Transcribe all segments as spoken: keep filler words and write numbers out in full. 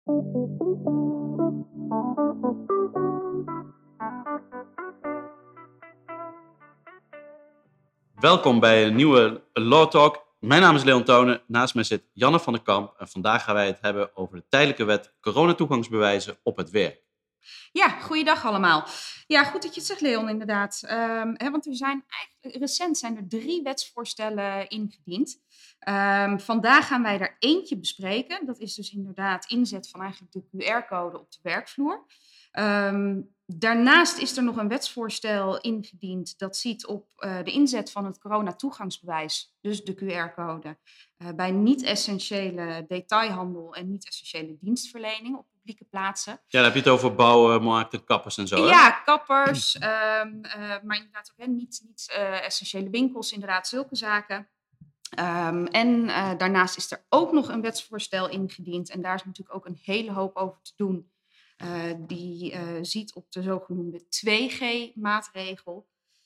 Welkom bij een nieuwe Law Talk. Mijn naam is Leon Tonen, naast mij zit Janne van der Kamp. En vandaag gaan wij het hebben over de tijdelijke wet coronatoegangsbewijzen op het werk. Ja, goeiedag allemaal. Ja, goed dat je het zegt, Leon, inderdaad. Um, hè, want er zijn eigenlijk, recent zijn er drie wetsvoorstellen ingediend. Um, vandaag gaan wij er eentje bespreken. Dat is dus inderdaad inzet van eigenlijk de Q R-code op de werkvloer. Um, daarnaast is er nog een wetsvoorstel ingediend. Dat ziet op uh, de inzet van het coronatoegangsbewijs, dus de Q R-code, uh, bij niet-essentiële detailhandel en niet-essentiële dienstverlening op publieke plaatsen. Ja, dan heb je het over bouwen, markten, kappers en zo, hè? Ja, kappers, um, uh, maar inderdaad ook hè, niet, niet uh, essentiële winkels, inderdaad zulke zaken. Um, en uh, daarnaast is er ook nog een wetsvoorstel ingediend. En daar is natuurlijk ook een hele hoop over te doen. Uh, die uh, ziet op de zogenoemde twee G maatregel.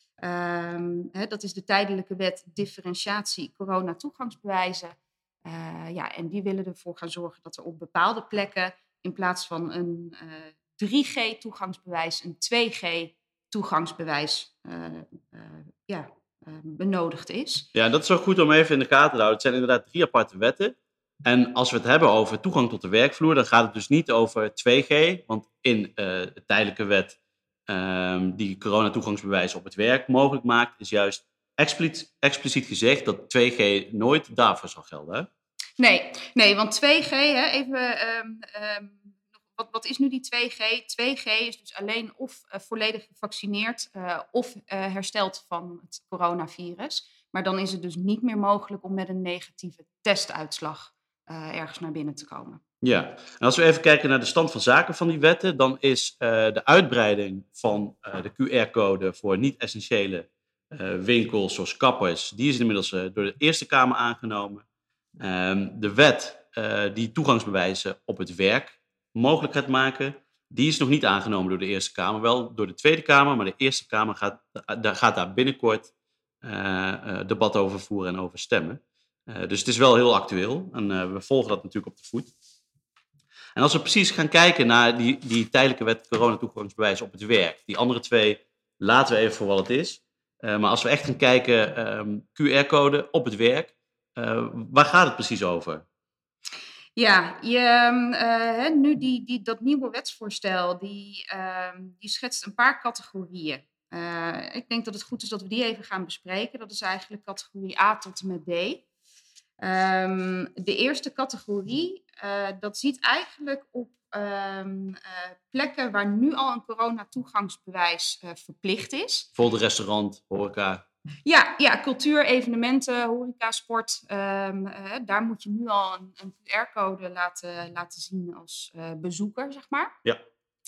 Um, hè, dat is de tijdelijke wet differentiatie coronatoegangsbewijzen. Uh, ja, en die willen ervoor gaan zorgen dat er op bepaalde plekken in plaats van een uh, drie G toegangsbewijs een twee G toegangsbewijs uh, uh, ja, uh, benodigd is. Ja, dat is wel goed om even in de gaten te houden. Het zijn inderdaad drie aparte wetten. En als we het hebben over toegang tot de werkvloer, dan gaat het dus niet over twee G. Want in uh, de tijdelijke wet um, die coronatoegangsbewijzen op het werk mogelijk maakt, is juist expliciet, expliciet gezegd dat twee G nooit daarvoor zal gelden. Hè? Nee, nee, want twee G, hè, even, um, um, wat, wat is nu die twee G? twee G is dus alleen of uh, volledig gevaccineerd uh, of uh, hersteld van het coronavirus. Maar dan is het dus niet meer mogelijk om met een negatieve testuitslag uh, ergens naar binnen te komen. Ja, en als we even kijken naar de stand van zaken van die wetten, dan is uh, de uitbreiding van uh, de Q R-code voor niet-essentiële uh, winkels zoals kappers, die is inmiddels uh, door de Eerste Kamer aangenomen. Um, de wet uh, die toegangsbewijzen op het werk mogelijk gaat maken, die is nog niet aangenomen door de Eerste Kamer, wel door de Tweede Kamer, maar de Eerste Kamer gaat, daar, gaat daar binnenkort uh, uh, debat over voeren en over stemmen. Uh, dus het is wel heel actueel en uh, we volgen dat natuurlijk op de voet. En als we precies gaan kijken naar die, die tijdelijke wet coronatoegangsbewijzen op het werk, die andere twee laten we even voor wat het is. Uh, maar als we echt gaan kijken, um, Q R-code op het werk, uh, waar gaat het precies over? Ja, je, uh, nu die, die, dat nieuwe wetsvoorstel, die, uh, die schetst een paar categorieën. Uh, ik denk dat het goed is dat we die even gaan bespreken. Dat is eigenlijk categorie A tot en met D. Um, de eerste categorie, uh, dat ziet eigenlijk op um, uh, plekken waar nu al een coronatoegangsbewijs uh, verplicht is. Bijvoorbeeld restaurant, horeca. Ja, ja, cultuur, evenementen, horeca, sport. Um, uh, daar moet je nu al een, een Q R-code laten, laten zien als uh, bezoeker, zeg maar. Ja.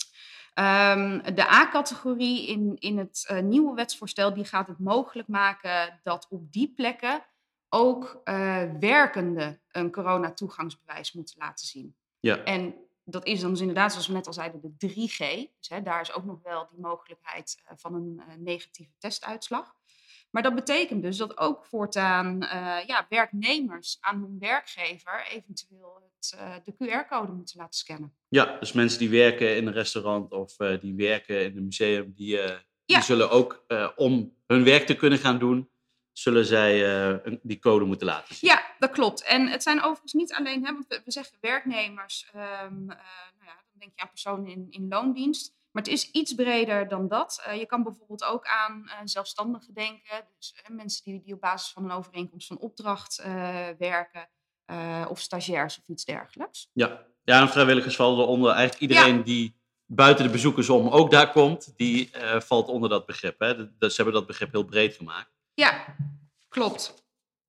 Um, de A-categorie in, in het uh, nieuwe wetsvoorstel, die gaat het mogelijk maken dat op die plekken ook uh, werkenden een coronatoegangsbewijs moeten laten zien. Ja. En dat is dan dus inderdaad, zoals we net al zeiden, de drie G. Dus hè, daar is ook nog wel die mogelijkheid uh, van een uh, negatieve testuitslag. Maar dat betekent dus dat ook voortaan uh, ja, werknemers aan hun werkgever eventueel het, uh, de Q R-code moeten laten scannen. Ja, dus mensen die werken in een restaurant of uh, die werken in een museum, die, uh, Ja. die zullen ook, uh, om hun werk te kunnen gaan doen, zullen zij uh, die code moeten laten zien. Ja, dat klopt. En het zijn overigens niet alleen, hè, want we, we zeggen werknemers, um, uh, nou ja, dan denk je aan personen in, in loondienst. Maar het is iets breder dan dat. Uh, je kan bijvoorbeeld ook aan uh, zelfstandigen denken. Dus uh, mensen die, die op basis van een overeenkomst van opdracht uh, werken. Uh, of stagiairs of iets dergelijks. Ja, ja, en vrijwilligers vallen eronder. Eigenlijk iedereen ja. die buiten de bezoekers om ook daar komt, die uh, valt onder dat begrip. Hè? Dus ze hebben dat begrip heel breed gemaakt. Ja, klopt.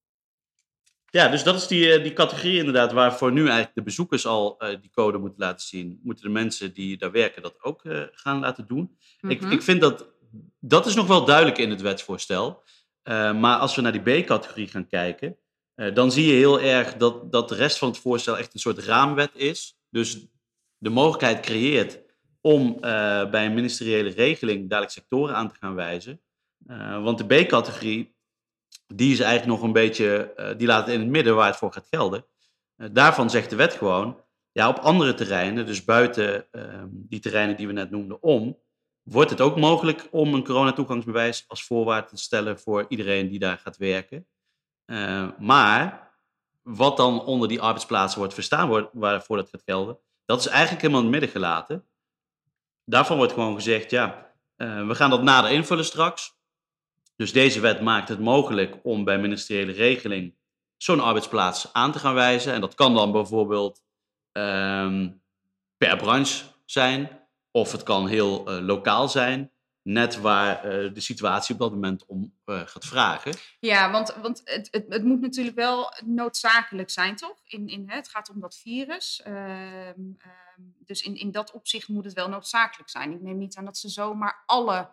Ja, dus dat is die, die categorie inderdaad, waarvoor nu eigenlijk de bezoekers al uh, die code moeten laten zien. Moeten de mensen die daar werken dat ook uh, gaan laten doen. Mm-hmm. Ik, ik vind dat, dat is nog wel duidelijk in het wetsvoorstel. Uh, maar als we naar die B-categorie gaan kijken, uh, dan zie je heel erg dat, dat de rest van het voorstel echt een soort raamwet is. Dus de mogelijkheid creëert om uh, bij een ministeriële regeling dadelijk sectoren aan te gaan wijzen. Uh, want de B-categorie, die is eigenlijk nog een beetje, uh, die laat het in het midden waar het voor gaat gelden. Uh, daarvan zegt de wet gewoon, Ja, op andere terreinen, dus buiten ehm, die terreinen die we net noemden om, wordt het ook mogelijk om een coronatoegangsbewijs als voorwaarde te stellen voor iedereen die daar gaat werken. Eh, maar wat dan onder die arbeidsplaatsen wordt verstaan wordt, waarvoor dat gaat gelden, dat is eigenlijk helemaal in het midden gelaten. Daarvan wordt gewoon gezegd, ja, eh, we gaan dat nader invullen straks. Dus deze wet maakt het mogelijk om bij ministeriële regeling zo'n arbeidsplaats aan te gaan wijzen. En dat kan dan bijvoorbeeld ehm, per branche zijn, of het kan heel eh, lokaal zijn, net waar eh, de situatie op dat moment om eh, gaat vragen. Ja, want, want het, het, het moet natuurlijk wel noodzakelijk zijn, toch? In, in, hè, het gaat om dat virus. Ehm, ehm, dus in, in dat opzicht moet het wel noodzakelijk zijn. Ik neem niet aan dat ze zomaar alle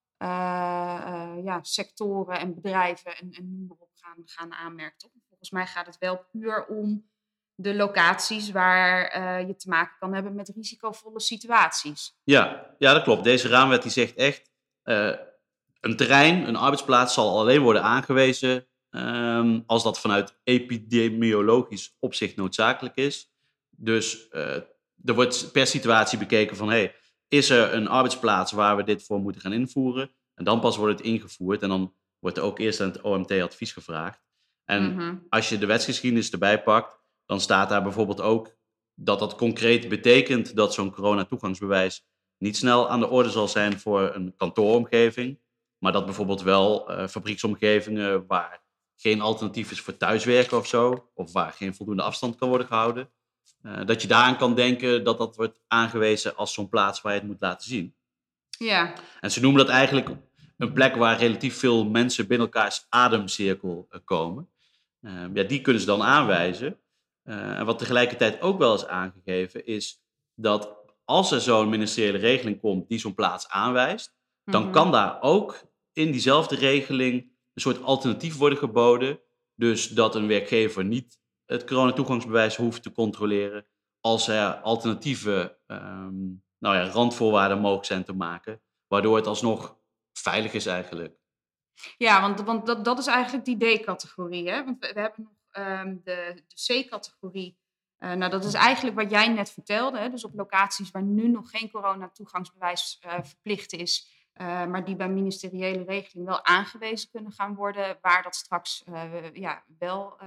eh, eh, ja, sectoren en bedrijven en, en noem maar op gaan, gaan aanmerken, toch? Volgens mij gaat het wel puur om de locaties waar eh, je te maken kan hebben met risicovolle situaties. Ja, ja, dat klopt. Deze raamwet die zegt echt, eh, een terrein, een arbeidsplaats zal alleen worden aangewezen ehm, als dat vanuit epidemiologisch opzicht noodzakelijk is. Dus eh, er wordt per situatie bekeken van, hey, is er een arbeidsplaats waar we dit voor moeten gaan invoeren? En dan pas wordt het ingevoerd en dan wordt er ook eerst aan het O M T advies gevraagd. En Mhm. als je de wetsgeschiedenis erbij pakt, dan staat daar bijvoorbeeld ook dat dat concreet betekent dat zo'n coronatoegangsbewijs niet snel aan de orde zal zijn voor een kantooromgeving, maar dat bijvoorbeeld wel uh, fabrieksomgevingen waar geen alternatief is voor thuiswerken of zo, of waar geen voldoende afstand kan worden gehouden, uh, dat je daaraan kan denken dat dat wordt aangewezen als zo'n plaats waar je het moet laten zien. Ja. En ze noemen dat eigenlijk een plek waar relatief veel mensen binnen elkaars ademcirkel uh, komen. Uh, ja, die kunnen ze dan aanwijzen. Uh, en wat tegelijkertijd ook wel is aangegeven is dat als er zo'n ministeriële regeling komt die zo'n plaats aanwijst, dan Mhm. kan daar ook in diezelfde regeling een soort alternatief worden geboden. Dus dat een werkgever niet het coronatoegangsbewijs hoeft te controleren als er alternatieve um, nou ja, randvoorwaarden mogelijk zijn te maken, waardoor het alsnog veilig is eigenlijk. Ja, want, want dat, dat is eigenlijk die D-categorie. Hè? Want we, we hebben nog um, de, de C-categorie. Uh, nou, dat is eigenlijk wat jij net vertelde. Hè? Dus op locaties waar nu nog geen coronatoegangsbewijs uh, verplicht is, uh, maar die bij ministeriële regeling wel aangewezen kunnen gaan worden, waar dat straks uh, ja, wel,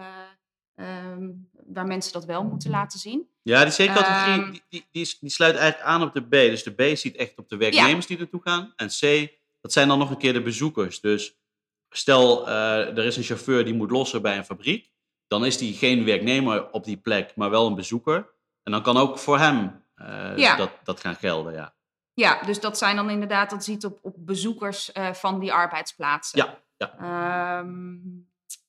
uh, um, waar mensen dat wel moeten laten zien. Ja, die C-categorie Um, die, die, die, is, die sluit eigenlijk aan op de B. Dus de B ziet echt op de werknemers ja. die ertoe gaan. En C, dat zijn dan nog een keer de bezoekers. Dus stel, uh, er is een chauffeur die moet lossen bij een fabriek. Dan is die geen werknemer op die plek, maar wel een bezoeker. En dan kan ook voor hem uh, ja. dat, dat gaan gelden, ja. Ja, dus dat zijn dan inderdaad, dat ziet op, op bezoekers uh, van die arbeidsplaatsen. Ja, ja. Um,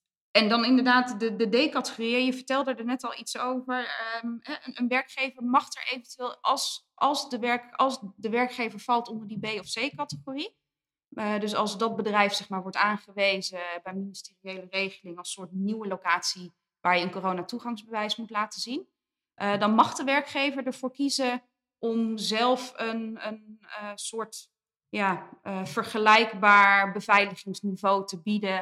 en dan inderdaad de, de D-categorieën. Je vertelde er net al iets over. Um, een, een werkgever mag er eventueel, als, als, de werk, als de werkgever valt onder die B- of C-categorie. Uh, dus als dat bedrijf zeg maar, wordt aangewezen bij ministeriële regeling als soort nieuwe locatie waar je een coronatoegangsbewijs moet laten zien. Uh, dan mag de werkgever ervoor kiezen om zelf een, een uh, soort ja, uh, vergelijkbaar beveiligingsniveau te bieden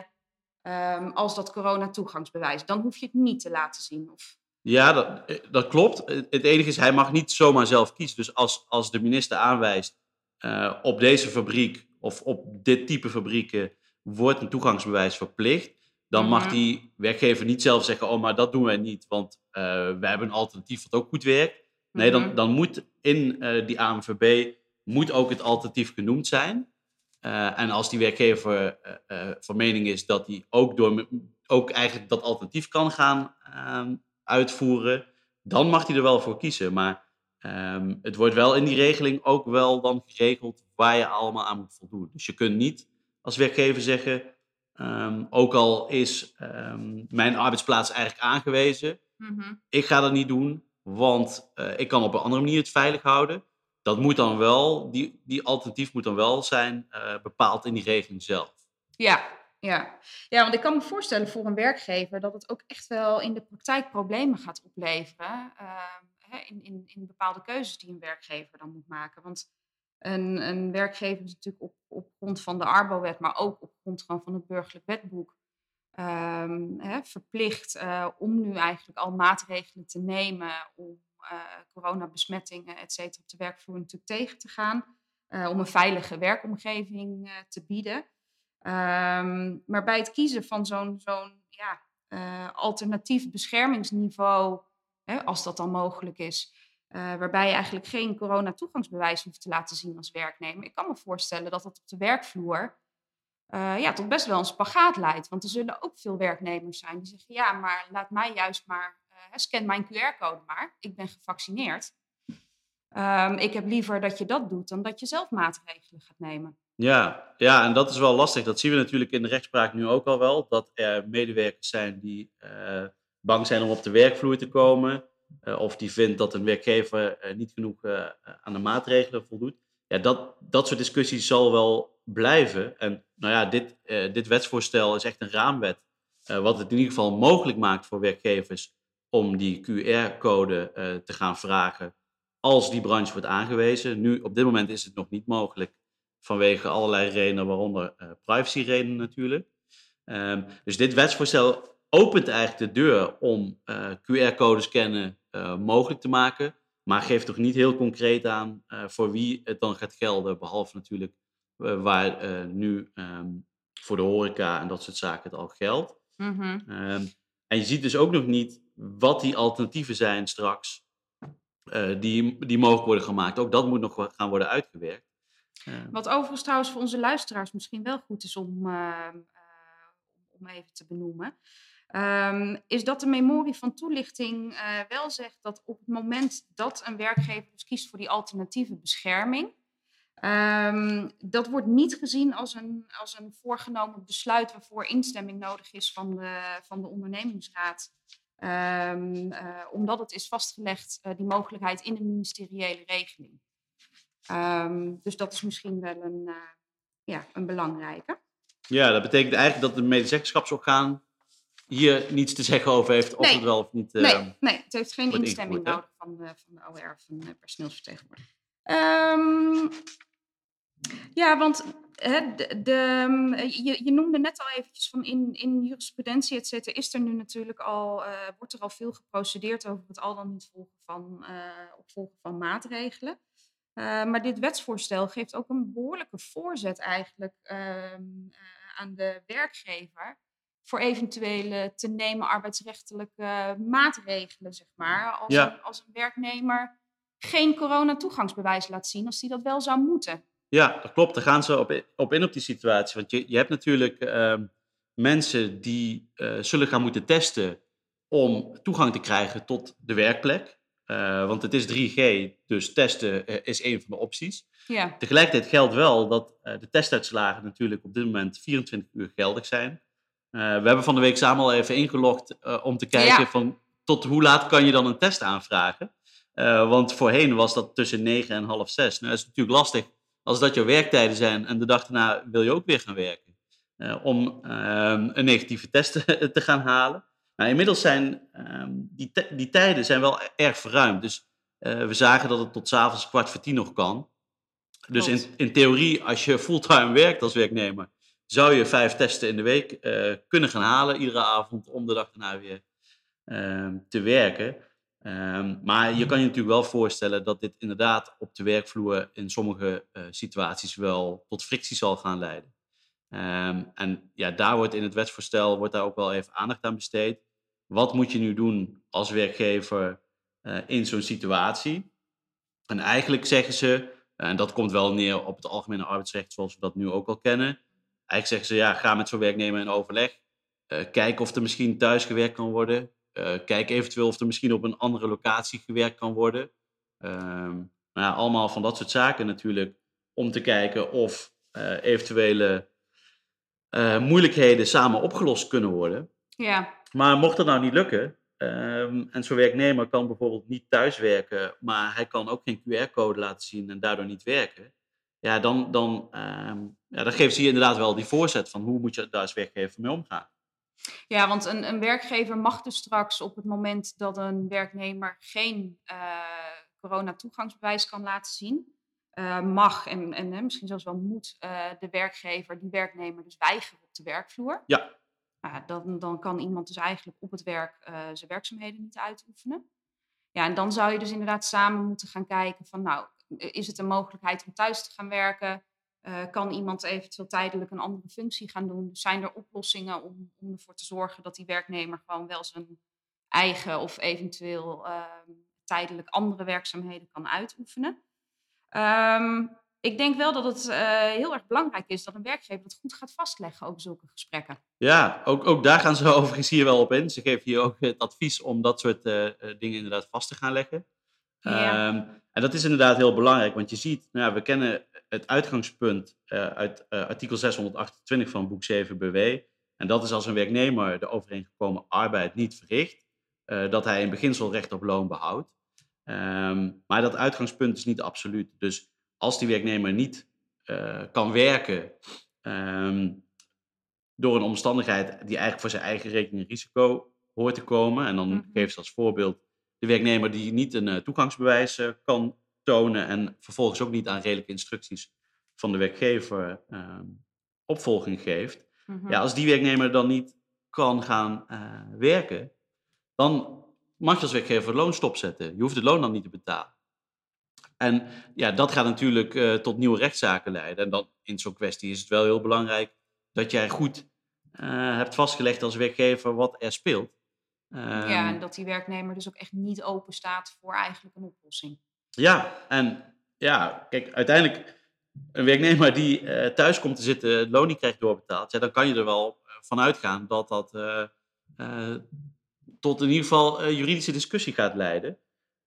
um, als dat coronatoegangsbewijs. Dan hoef je het niet te laten zien. Of... Ja, dat, dat klopt. Het enige is, hij mag niet zomaar zelf kiezen. Dus als, als de minister aanwijst, uh, op deze fabriek of op dit type fabrieken wordt een toegangsbewijs verplicht, dan mm-hmm. mag die werkgever niet zelf zeggen, oh, maar dat doen wij niet, want uh, wij hebben een alternatief wat ook goed werkt. Nee, mm-hmm. dan, dan moet in uh, die A M V B moet ook het alternatief genoemd zijn. Uh, en als die werkgever uh, uh, van mening is dat hij ook, door, ook eigenlijk dat alternatief kan gaan uh, uitvoeren, dan mag hij er wel voor kiezen. Maar um, het wordt wel in die regeling ook wel dan geregeld waar je allemaal aan moet voldoen. Dus je kunt niet als werkgever zeggen, um, ook al is um, mijn arbeidsplaats eigenlijk aangewezen, mm-hmm. ik ga dat niet doen, want uh, ik kan op een andere manier het veilig houden. Dat moet dan wel, die, die alternatief moet dan wel zijn uh, bepaald in die regeling zelf. Ja, ja. ja, want ik kan me voorstellen voor een werkgever dat het ook echt wel in de praktijk problemen gaat opleveren. Uh, hè, in, in, in bepaalde keuzes die een werkgever dan moet maken. Want een, een werkgever is natuurlijk op, op grond van de Arbowet, maar ook op grond van het burgerlijk wetboek, um, hè, verplicht uh, om nu eigenlijk al maatregelen te nemen om uh, coronabesmettingen, et cetera, op de werkvloer natuurlijk tegen te gaan. Uh, om een veilige werkomgeving uh, te bieden. Um, maar bij het kiezen van zo'n, zo'n ja, uh, alternatief beschermingsniveau, hè, als dat dan mogelijk is, uh, waarbij je eigenlijk geen coronatoegangsbewijs hoeft te laten zien als werknemer. Ik kan me voorstellen dat dat op de werkvloer uh, ja, tot best wel een spagaat leidt. Want er zullen ook veel werknemers zijn die zeggen, ja, maar laat mij juist maar, uh, scan mijn Q R-code maar. Ik ben gevaccineerd. Um, ik heb liever dat je dat doet dan dat je zelf maatregelen gaat nemen. Ja, ja, en dat is wel lastig. Dat zien we natuurlijk in de rechtspraak nu ook al wel. Dat er medewerkers zijn die uh, bang zijn om op de werkvloer te komen. Uh, of die vindt dat een werkgever uh, niet genoeg uh, aan de maatregelen voldoet. Ja, dat, dat soort discussies zal wel blijven. En nou ja, dit, uh, dit wetsvoorstel is echt een raamwet. Uh, wat het in ieder geval mogelijk maakt voor werkgevers om die Q R-code uh, te gaan vragen als die branche wordt aangewezen. Nu, op dit moment is het nog niet mogelijk. Vanwege allerlei redenen, waaronder uh, privacyredenen natuurlijk. Um, dus dit wetsvoorstel opent eigenlijk de deur om uh, Q R-code scannen uh, mogelijk te maken. Maar geeft toch niet heel concreet aan uh, voor wie het dan gaat gelden. Behalve natuurlijk uh, waar uh, nu um, voor de horeca en dat soort zaken het al geldt. Mm-hmm. Um, en je ziet dus ook nog niet wat die alternatieven zijn straks. Uh, die, die mogelijk worden gemaakt. Ook dat moet nog gaan worden uitgewerkt. Ja. Wat overigens trouwens voor onze luisteraars misschien wel goed is om, uh, uh, om even te benoemen. Um, is dat de memorie van toelichting uh, wel zegt dat op het moment dat een werkgever dus kiest voor die alternatieve bescherming, um, dat wordt niet gezien als een, als een voorgenomen besluit waarvoor instemming nodig is van de, van de ondernemingsraad. Um, uh, omdat het is vastgelegd, uh, die mogelijkheid in een ministeriële regeling. Um, dus dat is misschien wel een, uh, ja, een belangrijke. Ja, dat betekent eigenlijk dat het medezeggenschapsorgaan hier niets te zeggen over heeft of nee. het wel of niet. Uh, nee, nee, het heeft geen instemming nodig van de, van de O R, van de personeelsvertegenwoordiger. Um, ja, want hè, de, de, je, je noemde net al eventjes van in, in jurisprudentie, et cetera, is er nu natuurlijk al, uh, wordt er al veel geprocedeerd over het al dan niet volgen van, uh, opvolgen van maatregelen. Uh, maar dit wetsvoorstel geeft ook een behoorlijke voorzet eigenlijk uh, uh, aan de werkgever voor eventuele te nemen arbeidsrechtelijke maatregelen, zeg maar. Als, ja. een, als een werknemer geen coronatoegangsbewijs laat zien, als die dat wel zou moeten. Ja, dat klopt. Daar gaan ze op, op in op die situatie. Want je, je hebt natuurlijk uh, mensen die uh, zullen gaan moeten testen om toegang te krijgen tot de werkplek. Uh, want het is drie G, dus testen uh, is een van de opties. Ja. Tegelijkertijd geldt wel dat uh, de testuitslagen natuurlijk op dit moment vierentwintig uur geldig zijn. Uh, we hebben van de week samen al even ingelogd uh, om te kijken ja. van tot hoe laat kan je dan een test aanvragen. Uh, want voorheen was dat tussen negen en half zes. Nou, dat is natuurlijk lastig als dat jouw werktijden zijn en de dag daarna wil je ook weer gaan werken. Uh, om uh, een negatieve test te, te gaan halen. Nou, inmiddels zijn um, die, t- die tijden zijn wel erg verruimd. Dus uh, we zagen dat het tot 's avonds kwart voor tien nog kan. Dus in, in theorie, als je fulltime werkt als werknemer, zou je vijf testen in de week uh, kunnen gaan halen, iedere avond, om de dag daarna weer uh, te werken. Um, maar je kan je natuurlijk wel voorstellen dat dit inderdaad op de werkvloer in sommige uh, situaties wel tot frictie zal gaan leiden. Um, en ja, daar wordt in het wetsvoorstel wordt daar ook wel even aandacht aan besteed. Wat moet je nu doen als werkgever uh, in zo'n situatie? En eigenlijk zeggen ze, en dat komt wel neer op het algemene arbeidsrecht zoals we dat nu ook al kennen. Eigenlijk zeggen ze, ja, ga met zo'n werknemer in overleg. Uh, kijk of er misschien thuis gewerkt kan worden. Uh, kijk eventueel of er misschien op een andere locatie gewerkt kan worden. Um, nou ja, allemaal van dat soort zaken natuurlijk. Om te kijken of uh, eventuele uh, moeilijkheden samen opgelost kunnen worden. Ja. Maar mocht dat nou niet lukken, um, en zo'n werknemer kan bijvoorbeeld niet thuiswerken, maar hij kan ook geen Q R-code laten zien en daardoor niet werken. Ja, dan, dan, um, ja, dan geven ze je inderdaad wel die voorzet van hoe moet je daar als werkgever mee omgaan. Ja, want een, een werkgever mag dus straks op het moment dat een werknemer geen uh, coronatoegangsbewijs kan laten zien, uh, mag en, en uh, misschien zelfs wel moet uh, de werkgever die werknemer dus weigeren op de werkvloer. Ja. Uh, dan, dan kan iemand dus eigenlijk op het werk uh, zijn werkzaamheden niet uitoefenen. Ja, en dan zou je dus inderdaad samen moeten gaan kijken van, nou, is het een mogelijkheid om thuis te gaan werken? Uh, kan iemand eventueel tijdelijk een andere functie gaan doen? Dus zijn er oplossingen om, om ervoor te zorgen dat die werknemer gewoon wel zijn eigen of eventueel uh, tijdelijk andere werkzaamheden kan uitoefenen? Um, ik denk wel dat het uh, heel erg belangrijk is dat een werkgever het goed gaat vastleggen, ook zulke gesprekken. Ja, ook, ook daar gaan ze overigens hier wel op in. Ze geven hier ook het advies om dat soort uh, dingen inderdaad vast te gaan leggen. Ja. Um, en dat is inderdaad heel belangrijk, want je ziet, nou ja, we kennen het uitgangspunt uh, uit uh, artikel zeshonderdachtentwintig van boek zeven B W. En dat is als een werknemer de overeengekomen arbeid niet verricht, uh, dat hij in beginsel recht op loon behoudt. Um, maar dat uitgangspunt is niet absoluut. Dus als die werknemer niet uh, kan werken um, door een omstandigheid die eigenlijk voor zijn eigen rekening en risico hoort te komen, en dan Mm-hmm. geeft ze als voorbeeld de werknemer die niet een uh, toegangsbewijs uh, kan tonen en vervolgens ook niet aan redelijke instructies van de werkgever uh, opvolging geeft. Mm-hmm. Ja, als die werknemer dan niet kan gaan uh, werken, dan mag je als werkgever loon stopzetten. Je hoeft het loon dan niet te betalen. En ja, dat gaat natuurlijk uh, tot nieuwe rechtszaken leiden. En dan in zo'n kwestie is het wel heel belangrijk dat jij goed uh, hebt vastgelegd als werkgever wat er speelt. Um, ja, en dat die werknemer dus ook echt niet open staat voor eigenlijk een oplossing. Ja, en ja, kijk, uiteindelijk een werknemer die uh, thuis komt te zitten, het loon niet krijgt doorbetaald, ja, dan kan je er wel van uitgaan dat dat uh, uh, tot in ieder geval uh, juridische discussie gaat leiden.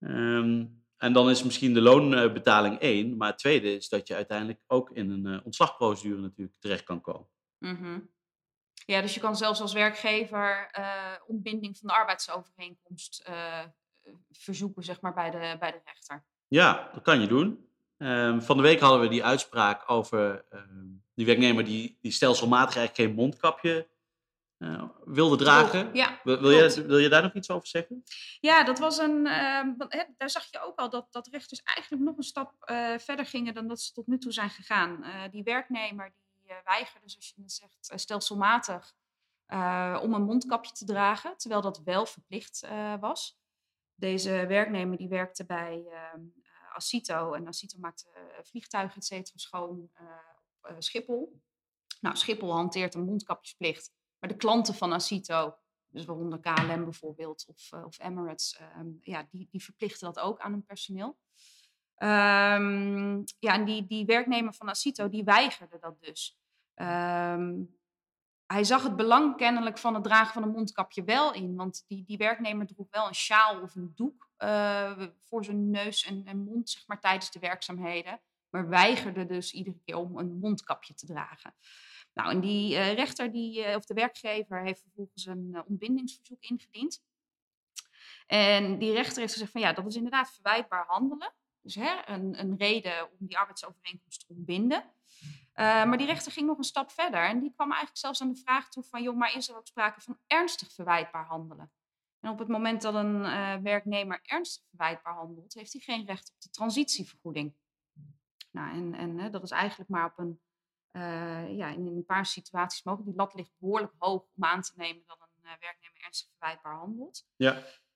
Um, en dan is misschien de loonbetaling één, maar het tweede is dat je uiteindelijk ook in een uh, ontslagprocedure natuurlijk terecht kan komen. Mm-hmm. Ja, dus je kan zelfs als werkgever uh, ontbinding van de arbeidsovereenkomst uh, verzoeken, zeg maar, bij de, bij de rechter. Ja, dat kan je doen. Um, van de week hadden we die uitspraak over um, die werknemer die, die stelselmatig eigenlijk geen mondkapje uh, wilde dragen. Oh, ja, wil, wil, je, wil je daar nog iets over zeggen? Ja, dat was een. Uh, he, daar zag je ook al dat, dat rechters eigenlijk nog een stap uh, verder gingen dan dat ze tot nu toe zijn gegaan. Uh, die werknemer die uh, weigerde, zoals je net zegt, uh, stelselmatig uh, om een mondkapje te dragen, terwijl dat wel verplicht uh, was. Deze werknemer die werkte bij uh, Acito en Acito maakte uh, vliegtuigen et cetera schoon uh, op uh, Schiphol. Nou, Schiphol hanteert een mondkapjesplicht, maar de klanten van Acito, dus waaronder K L M bijvoorbeeld of, uh, of Emirates, um, ja, die, die verplichten dat ook aan hun personeel. Um, ja, en die, die werknemer van Acito, die weigerde dat dus. Um, hij zag het belang kennelijk van het dragen van een mondkapje wel in. Want die, die werknemer droeg wel een sjaal of een doek uh, voor zijn neus en, en mond, zeg maar, tijdens de werkzaamheden. Maar weigerde dus iedere keer om een mondkapje te dragen. Nou, en die uh, rechter, die, uh, of de werkgever, heeft vervolgens een uh, ontbindingsverzoek ingediend. En die rechter heeft gezegd van ja, dat is inderdaad verwijtbaar handelen. Dus hè, een, een reden om die arbeidsovereenkomst te ontbinden. Uh, maar die rechter ging nog een stap verder. En die kwam eigenlijk zelfs aan de vraag toe van joh, maar is er ook sprake van ernstig verwijtbaar handelen? En op het moment dat een uh, werknemer ernstig verwijtbaar handelt, heeft hij geen recht op de transitievergoeding. Nou, en, en uh, dat is eigenlijk maar op een Uh, ja, in een paar situaties mogelijk. Die lat ligt behoorlijk hoog om aan te nemen dat een uh, werknemer ernstig verwijtbaar handelt. Ja.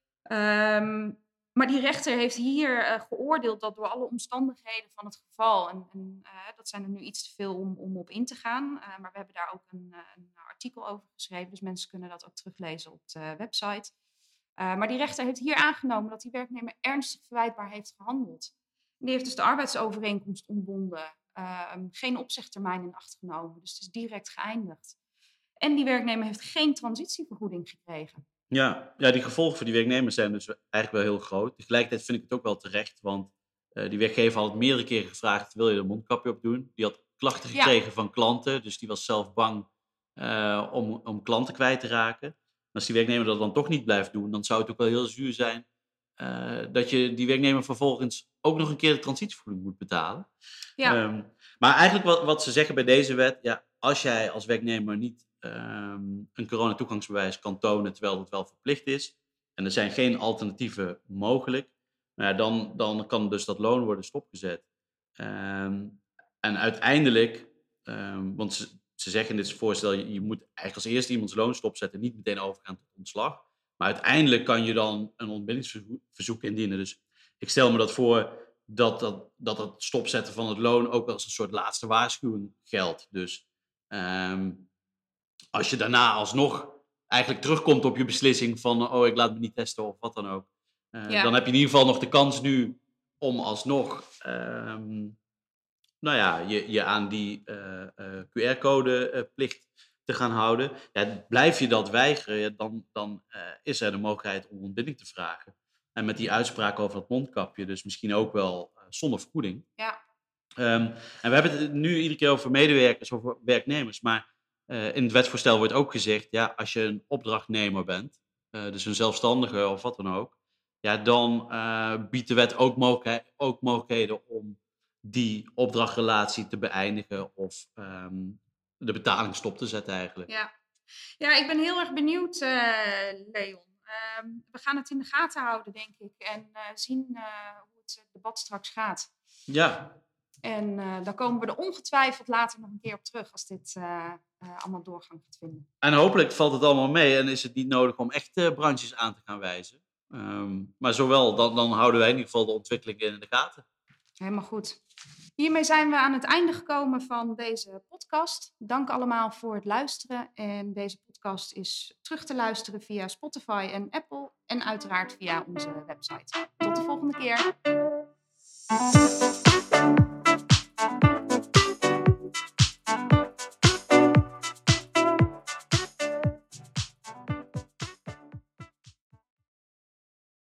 Um, maar die rechter heeft hier uh, geoordeeld dat door alle omstandigheden van het geval, en, en uh, dat zijn er nu iets te veel om, om op in te gaan, uh, maar we hebben daar ook een, een artikel over geschreven, dus mensen kunnen dat ook teruglezen op de website. Uh, maar die rechter heeft hier aangenomen dat die werknemer ernstig verwijtbaar heeft gehandeld. Die heeft dus de arbeidsovereenkomst ontbonden. Uh, geen opzegtermijn in acht genomen. Dus het is direct geëindigd. En die werknemer heeft geen transitievergoeding gekregen. Ja, ja, die gevolgen voor die werknemers zijn dus eigenlijk wel heel groot. Tegelijkertijd vind ik het ook wel terecht, want uh, die werkgever had meerdere keren gevraagd, wil je er een mondkapje op doen? Die had klachten gekregen ja. van klanten, dus die was zelf bang uh, om, om klanten kwijt te raken. En als die werknemer dat dan toch niet blijft doen, dan zou het ook wel heel zuur zijn uh, dat je die werknemer vervolgens ook nog een keer de transitievergoeding moet betalen. Ja. Um, maar eigenlijk wat, wat ze zeggen bij deze wet, ja, als jij als werknemer niet um, een coronatoegangsbewijs kan tonen terwijl het wel verplicht is en er zijn geen alternatieven mogelijk, nou ja, dan, dan kan dus dat loon worden stopgezet. Um, en uiteindelijk, um, want ze, ze zeggen in dit voorstel, je, je moet eigenlijk als eerste iemands loon stopzetten, niet meteen overgaan tot ontslag. Maar uiteindelijk kan je dan een ontbindingsverzoek indienen. Dus ik stel me dat voor dat dat, dat het stopzetten van het loon ook als een soort laatste waarschuwing geldt. Dus ehm, als je daarna alsnog eigenlijk terugkomt op je beslissing van oh, ik laat me niet testen of wat dan ook. eh, Ja. Dan heb je in ieder geval nog de kans nu om alsnog ehm, nou ja, je, je aan die eh, eh, Q R-code eh, plicht te gaan houden. Ja, blijf je dat weigeren, ja, dan, dan eh, is er de mogelijkheid om ontbinding te vragen. En met die uitspraak over dat mondkapje, dus misschien ook wel eh, zonder vergoeding. Ja. Ehm, en we hebben het nu iedere keer over medewerkers of werknemers, maar eh, in het wetsvoorstel wordt ook gezegd, ja, als je een opdrachtnemer bent, eh, dus een zelfstandige of wat dan ook, ja, dan eh, biedt de wet ook, mogelijk, ook mogelijkheden om die opdrachtrelatie te beëindigen of ehm, de betaling stop te zetten eigenlijk. Ja. Ja, ik ben heel erg benieuwd, eh, Leon. Ehm, we gaan het in de gaten houden, denk ik. En eh, zien eh, hoe het debat straks gaat. Ja, En eh dan komen we er ongetwijfeld later nog een keer op terug als dit eh, eh, allemaal doorgang gaat vinden. en hopelijk valt het allemaal mee en is het niet nodig om echt eh, branches aan te gaan wijzen. Ehm, maar zowel, dan, dan houden wij in ieder geval de ontwikkeling in de gaten. Helemaal goed. Hiermee zijn we aan het einde gekomen van deze podcast. Dank allemaal voor het luisteren. En deze podcast is terug te luisteren via Spotify en Apple. En uiteraard via onze website. Tot de volgende keer.